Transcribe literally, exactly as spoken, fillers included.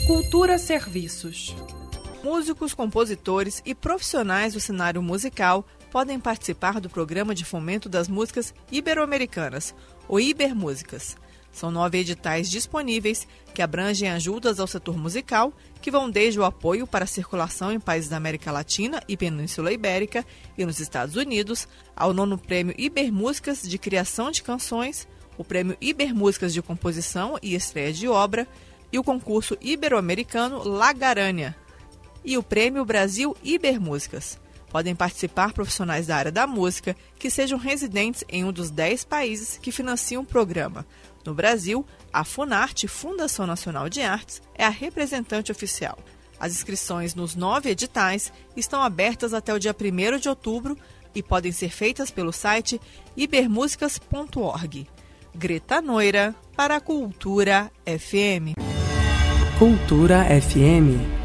Cultura Serviços. Músicos, compositores e profissionais do cenário musical podem participar do Programa de Fomento das Músicas Ibero-Americanas, o Ibermúsicas. São nove editais disponíveis que abrangem ajudas ao setor musical, que vão desde o apoio para a circulação em países da América Latina e Península Ibérica e nos Estados Unidos, ao nono Prêmio Ibermúsicas de Criação de Canções, o Prêmio Ibermúsicas de Composição e Estreia de Obra e o concurso Ibero-Americano La Garânia e o Prêmio Brasil Ibermúsicas. Podem participar profissionais da área da música que sejam residentes em um dos dez países que financiam o programa. No Brasil, a Funarte, Fundação Nacional de Artes, é a representante oficial. As inscrições nos nove editais estão abertas até o dia primeiro de outubro e podem ser feitas pelo site ibermusicas ponto org. Greta Noira, para a Cultura F M. Cultura F M.